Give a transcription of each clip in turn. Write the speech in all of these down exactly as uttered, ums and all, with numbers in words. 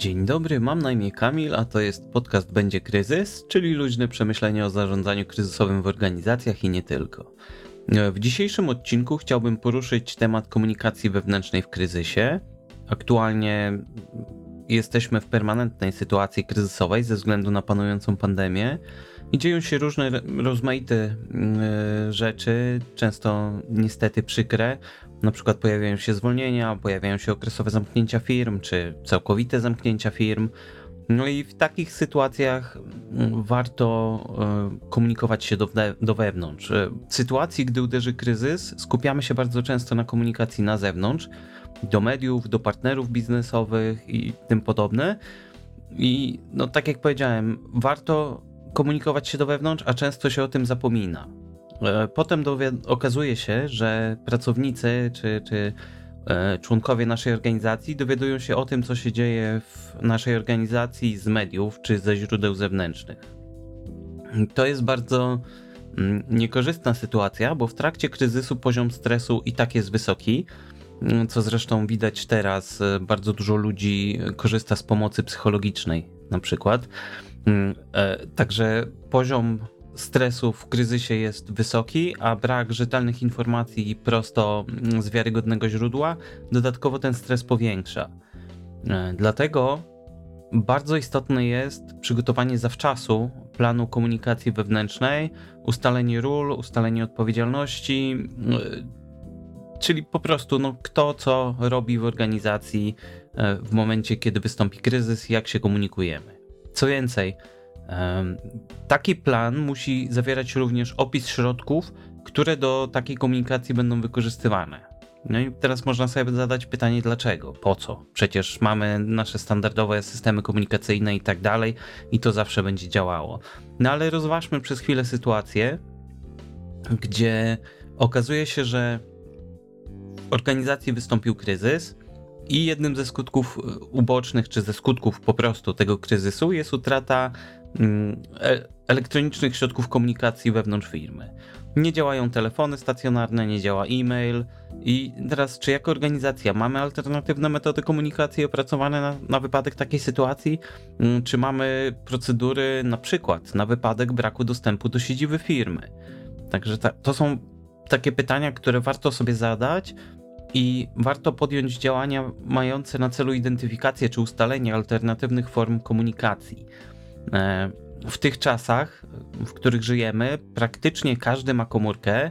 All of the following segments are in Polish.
Dzień dobry, mam na imię Kamil, a to jest podcast Będzie Kryzys, czyli luźne przemyślenia o zarządzaniu kryzysowym w organizacjach i nie tylko. W dzisiejszym odcinku chciałbym poruszyć temat komunikacji wewnętrznej w kryzysie. Aktualnie jesteśmy w permanentnej sytuacji kryzysowej ze względu na panującą pandemię i dzieją się różne rozmaite rzeczy, często niestety przykre. Na przykład pojawiają się zwolnienia, pojawiają się okresowe zamknięcia firm, czy całkowite zamknięcia firm. No i w takich sytuacjach warto komunikować się do, do wewnątrz. W sytuacji, gdy uderzy kryzys, skupiamy się bardzo często na komunikacji na zewnątrz, do mediów, do partnerów biznesowych i tym podobne. I no tak jak powiedziałem, warto komunikować się do wewnątrz, a często się o tym zapomina. Potem dowi- okazuje się, że pracownicy czy, czy e, członkowie naszej organizacji dowiadują się o tym, co się dzieje w naszej organizacji z mediów czy ze źródeł zewnętrznych. To jest bardzo mm, niekorzystna sytuacja, bo w trakcie kryzysu poziom stresu i tak jest wysoki, co zresztą widać teraz. Bardzo dużo ludzi korzysta z pomocy psychologicznej na przykład. E, także poziom stresu w kryzysie jest wysoki, a brak rzetelnych informacji prosto z wiarygodnego źródła dodatkowo ten stres powiększa. Dlatego bardzo istotne jest przygotowanie zawczasu planu komunikacji wewnętrznej, ustalenie ról, ustalenie odpowiedzialności, czyli po prostu no, kto co robi w organizacji w momencie, kiedy wystąpi kryzys, jak się komunikujemy. Co więcej, taki plan musi zawierać również opis środków, które do takiej komunikacji będą wykorzystywane. No i teraz można sobie zadać pytanie, dlaczego? Po co? Przecież mamy nasze standardowe systemy komunikacyjne i tak dalej i to zawsze będzie działało. No ale rozważmy przez chwilę sytuację, gdzie okazuje się, że w organizacji wystąpił kryzys i jednym ze skutków ubocznych, czy ze skutków po prostu tego kryzysu jest utrata elektronicznych środków komunikacji wewnątrz firmy. Nie działają telefony stacjonarne, nie działa e-mail i teraz czy jako organizacja mamy alternatywne metody komunikacji opracowane na, na wypadek takiej sytuacji? Czy mamy procedury na przykład na wypadek braku dostępu do siedziby firmy? Także ta, to są takie pytania, które warto sobie zadać i warto podjąć działania mające na celu identyfikację czy ustalenie alternatywnych form komunikacji. W tych czasach, w których żyjemy, praktycznie każdy ma komórkę.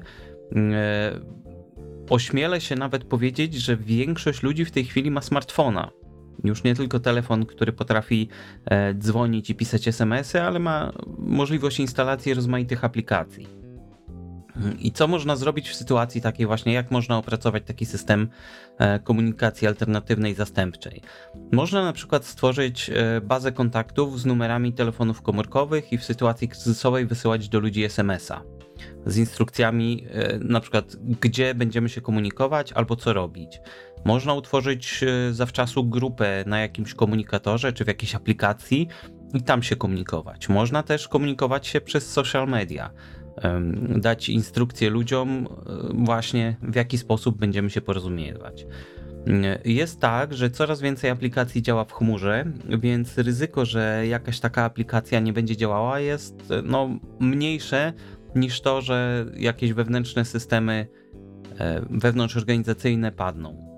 Ośmielę się nawet powiedzieć, że większość ludzi w tej chwili ma smartfona. Już nie tylko telefon, który potrafi dzwonić i pisać es em esy, ale ma możliwość instalacji rozmaitych aplikacji. I co można zrobić w sytuacji takiej właśnie, jak można opracować taki system komunikacji alternatywnej, zastępczej? Można na przykład stworzyć bazę kontaktów z numerami telefonów komórkowych i w sytuacji kryzysowej wysyłać do ludzi es em esa z instrukcjami na przykład, gdzie będziemy się komunikować albo co robić. Można utworzyć zawczasu grupę na jakimś komunikatorze czy w jakiejś aplikacji i tam się komunikować. Można też komunikować się przez social media. Dać instrukcje ludziom właśnie w jaki sposób będziemy się porozumiewać. Jest tak, że coraz więcej aplikacji działa w chmurze, więc ryzyko, że jakaś taka aplikacja nie będzie działała jest no, mniejsze niż to, że jakieś wewnętrzne systemy wewnątrzorganizacyjne padną.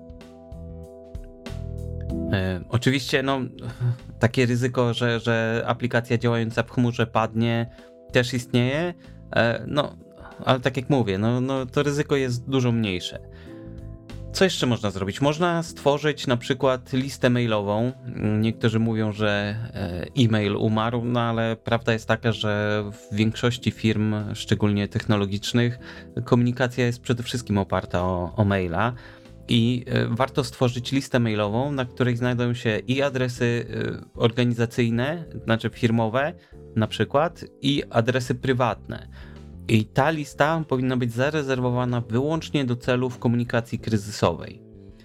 Oczywiście no, takie ryzyko, że, że aplikacja działająca w chmurze padnie, też istnieje. No, ale tak jak mówię, no, no to ryzyko jest dużo mniejsze. Co jeszcze można zrobić? Można stworzyć na przykład listę mailową. Niektórzy mówią, że e-mail umarł, no ale prawda jest taka, że w większości firm, szczególnie technologicznych, komunikacja jest przede wszystkim oparta o, o maila. I warto stworzyć listę mailową, na której znajdą się i adresy organizacyjne, znaczy firmowe na przykład, i adresy prywatne. I ta lista powinna być zarezerwowana wyłącznie do celów komunikacji kryzysowej.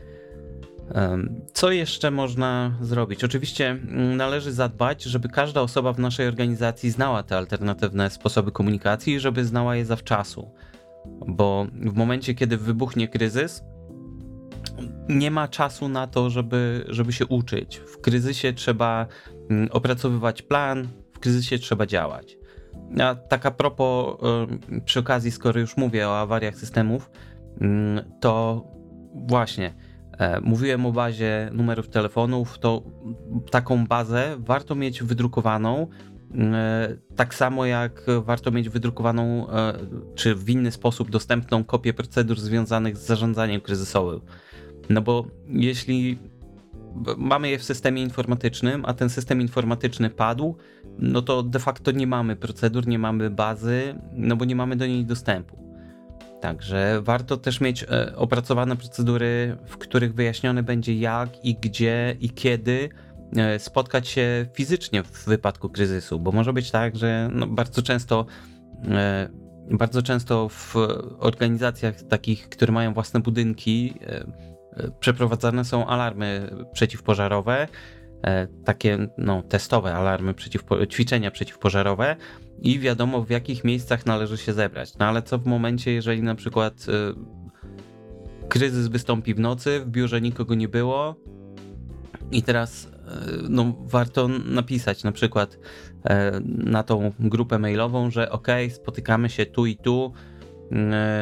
Co jeszcze można zrobić? Oczywiście należy zadbać, żeby każda osoba w naszej organizacji znała te alternatywne sposoby komunikacji i żeby znała je zawczasu. Bo w momencie, kiedy wybuchnie kryzys, nie ma czasu na to, żeby, żeby się uczyć. W kryzysie trzeba opracowywać plan, w kryzysie trzeba działać. A tak a propos, przy okazji, skoro już mówię o awariach systemów, to właśnie mówiłem o bazie numerów telefonów, to taką bazę warto mieć wydrukowaną, tak samo jak warto mieć wydrukowaną, czy w inny sposób dostępną kopię procedur związanych z zarządzaniem kryzysowym. No bo jeśli mamy je w systemie informatycznym, a ten system informatyczny padł, no to de facto nie mamy procedur, nie mamy bazy, no bo nie mamy do niej dostępu. Także warto też mieć opracowane procedury, w których wyjaśnione będzie jak i gdzie i kiedy spotkać się fizycznie w wypadku kryzysu, bo może być tak, że no bardzo często bardzo często w organizacjach takich, które mają własne budynki, przeprowadzane są alarmy przeciwpożarowe, takie no, testowe alarmy, przeciwpo- ćwiczenia przeciwpożarowe i wiadomo, w jakich miejscach należy się zebrać. No ale co w momencie, jeżeli na przykład y, kryzys wystąpi w nocy, w biurze nikogo nie było i teraz y, no, warto napisać na przykład y, na tą grupę mailową, że ok, spotykamy się tu i tu, y,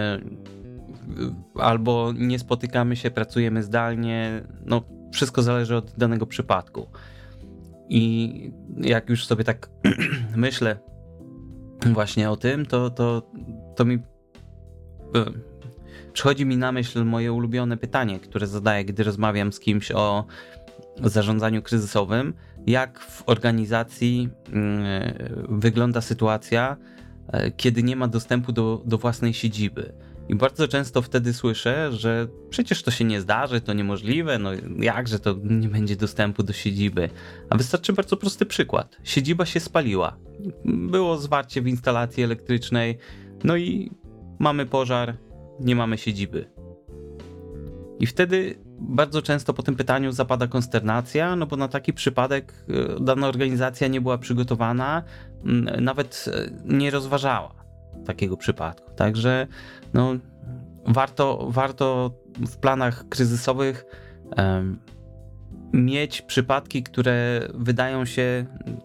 albo nie spotykamy się, pracujemy zdalnie, no wszystko zależy od danego przypadku. I jak już sobie tak myślę właśnie o tym, to, to, to mi przychodzi mi na myśl moje ulubione pytanie, które zadaję, gdy rozmawiam z kimś o zarządzaniu kryzysowym. Jak w organizacji wygląda sytuacja, kiedy nie ma dostępu do, do własnej siedziby? I bardzo często wtedy słyszę, że przecież to się nie zdarzy, to niemożliwe, no jakże to nie będzie dostępu do siedziby. A wystarczy bardzo prosty przykład. Siedziba się spaliła. Było zwarcie w instalacji elektrycznej, no i mamy pożar, nie mamy siedziby. I wtedy bardzo często po tym pytaniu zapada konsternacja, no bo na taki przypadek dana organizacja nie była przygotowana, nawet nie rozważała takiego przypadku. Także no, warto, warto w planach kryzysowych um, mieć przypadki, które wydają się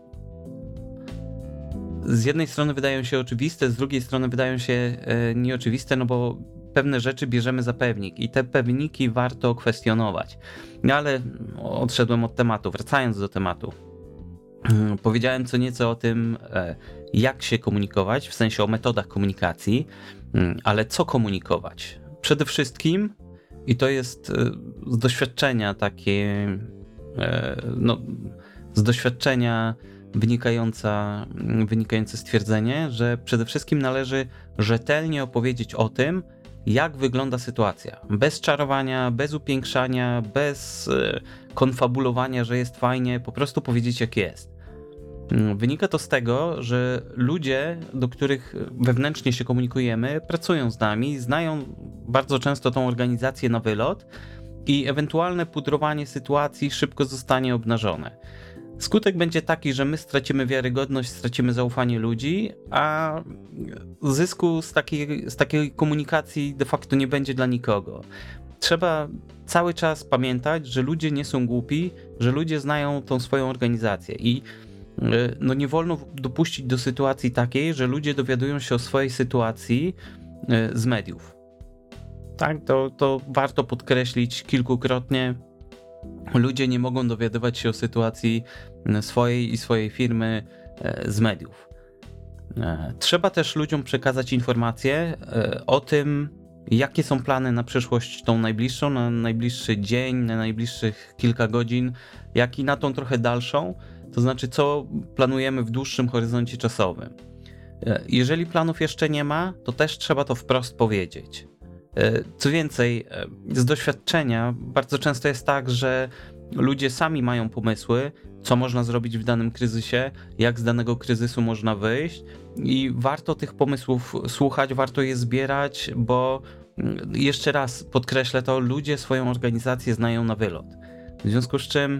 z jednej strony wydają się oczywiste, z drugiej strony wydają się e, nieoczywiste, no bo pewne rzeczy bierzemy za pewnik i te pewniki warto kwestionować. No ale odszedłem od tematu, wracając do tematu. Powiedziałem co nieco o tym, jak się komunikować, w sensie o metodach komunikacji, ale co komunikować? Przede wszystkim, i to jest z doświadczenia takie, no, z doświadczenia wynikająca, wynikające stwierdzenie, że przede wszystkim należy rzetelnie opowiedzieć o tym, jak wygląda sytuacja. Bez czarowania, bez upiększania, bez konfabulowania, że jest fajnie, po prostu powiedzieć jak jest. Wynika to z tego, że ludzie, do których wewnętrznie się komunikujemy, pracują z nami, znają bardzo często tą organizację na wylot i ewentualne pudrowanie sytuacji szybko zostanie obnażone. Skutek będzie taki, że my stracimy wiarygodność, stracimy zaufanie ludzi, a zysku z takiej, z takiej komunikacji de facto nie będzie dla nikogo. Trzeba cały czas pamiętać, że ludzie nie są głupi, że ludzie znają tą swoją organizację i no nie wolno dopuścić do sytuacji takiej, że ludzie dowiadują się o swojej sytuacji z mediów. Tak, to, to warto podkreślić kilkukrotnie. Ludzie nie mogą dowiadywać się o sytuacji swojej i swojej firmy z mediów. Trzeba też ludziom przekazać informacje o tym, jakie są plany na przyszłość tą najbliższą, na najbliższy dzień, na najbliższych kilka godzin, jak i na tą trochę dalszą, to znaczy co planujemy w dłuższym horyzoncie czasowym. Jeżeli planów jeszcze nie ma, to też trzeba to wprost powiedzieć. Co więcej, z doświadczenia bardzo często jest tak, że ludzie sami mają pomysły, co można zrobić w danym kryzysie, jak z danego kryzysu można wyjść i warto tych pomysłów słuchać, warto je zbierać, bo jeszcze raz podkreślę to, ludzie swoją organizację znają na wylot. W związku z czym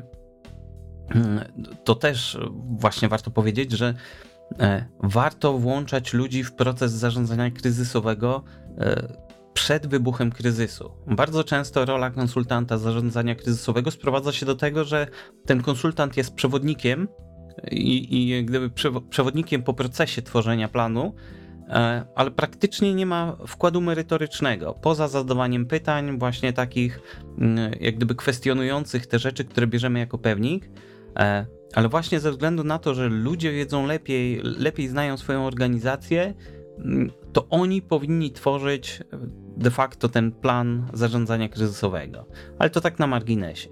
to też właśnie warto powiedzieć, że warto włączać ludzi w proces zarządzania kryzysowego przed wybuchem kryzysu. Bardzo często rola konsultanta zarządzania kryzysowego sprowadza się do tego, że ten konsultant jest przewodnikiem i, i gdyby przewodnikiem po procesie tworzenia planu, ale praktycznie nie ma wkładu merytorycznego, poza zadawaniem pytań właśnie takich jak gdyby kwestionujących te rzeczy, które bierzemy jako pewnik, ale właśnie ze względu na to, że ludzie wiedzą lepiej, lepiej znają swoją organizację, to oni powinni tworzyć de facto ten plan zarządzania kryzysowego. Ale to tak na marginesie.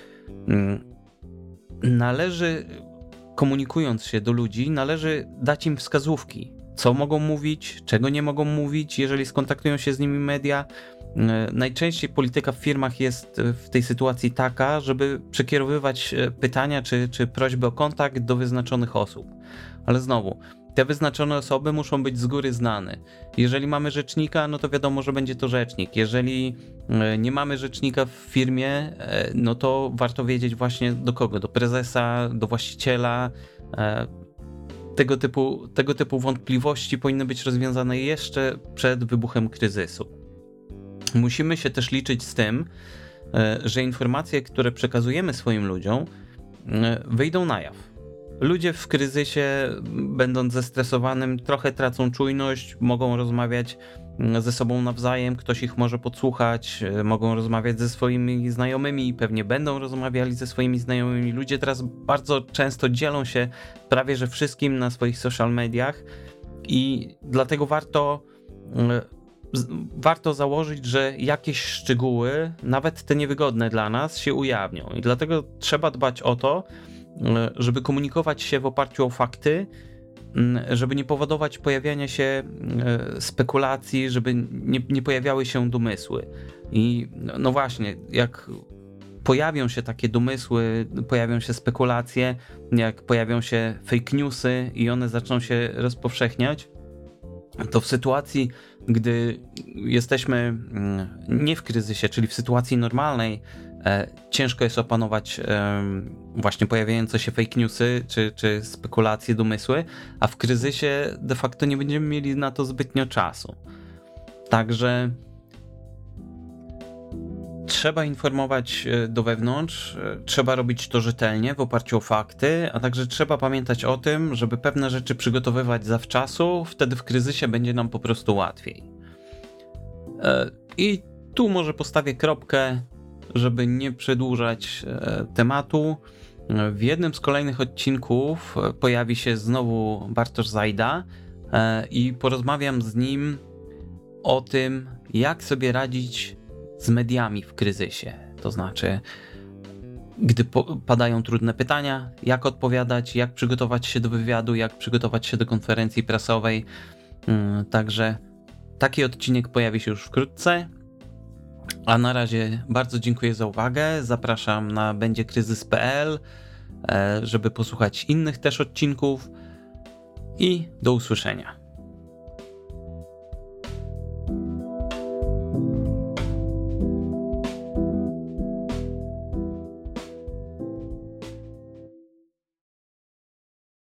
Należy, komunikując się do ludzi, należy dać im wskazówki, co mogą mówić, czego nie mogą mówić, jeżeli skontaktują się z nimi media. Najczęściej polityka w firmach jest w tej sytuacji taka, żeby przekierowywać pytania czy, czy prośby o kontakt do wyznaczonych osób. Ale znowu, te wyznaczone osoby muszą być z góry znane. Jeżeli mamy rzecznika, no to wiadomo, że będzie to rzecznik. Jeżeli nie mamy rzecznika w firmie, no to warto wiedzieć właśnie do kogo, do prezesa, do właściciela. Tego typu, tego typu wątpliwości powinny być rozwiązane jeszcze przed wybuchem kryzysu. Musimy się też liczyć z tym, że informacje, które przekazujemy swoim ludziom, wyjdą na jaw. Ludzie w kryzysie, będąc zestresowanym, trochę tracą czujność, mogą rozmawiać ze sobą nawzajem, ktoś ich może podsłuchać, mogą rozmawiać ze swoimi znajomymi i pewnie będą rozmawiali ze swoimi znajomymi. Ludzie teraz bardzo często dzielą się prawie że wszystkim na swoich social mediach i dlatego warto, warto założyć, że jakieś szczegóły, nawet te niewygodne dla nas, się ujawnią. I dlatego trzeba dbać o to, żeby komunikować się w oparciu o fakty, żeby nie powodować pojawiania się spekulacji, żeby nie, nie pojawiały się domysły. I no właśnie, jak pojawią się takie domysły, pojawią się spekulacje, jak pojawią się fake newsy i one zaczną się rozpowszechniać, to w sytuacji, gdy jesteśmy nie w kryzysie, czyli w sytuacji normalnej, ciężko jest opanować właśnie pojawiające się fake newsy czy, czy spekulacje, domysły, a w kryzysie de facto nie będziemy mieli na to zbytnio czasu. Także trzeba informować do wewnątrz, trzeba robić to rzetelnie w oparciu o fakty, a także trzeba pamiętać o tym, żeby pewne rzeczy przygotowywać zawczasu, wtedy w kryzysie będzie nam po prostu łatwiej. I tu może postawię kropkę, żeby nie przedłużać tematu. W jednym z kolejnych odcinków pojawi się znowu Bartosz Zajda i porozmawiam z nim o tym, jak sobie radzić z mediami w kryzysie. To znaczy, gdy padają trudne pytania, jak odpowiadać, jak przygotować się do wywiadu, jak przygotować się do konferencji prasowej. Także taki odcinek pojawi się już wkrótce. A na razie bardzo dziękuję za uwagę. Zapraszam na będzie kryzys kropka pe el, żeby posłuchać innych też odcinków i do usłyszenia.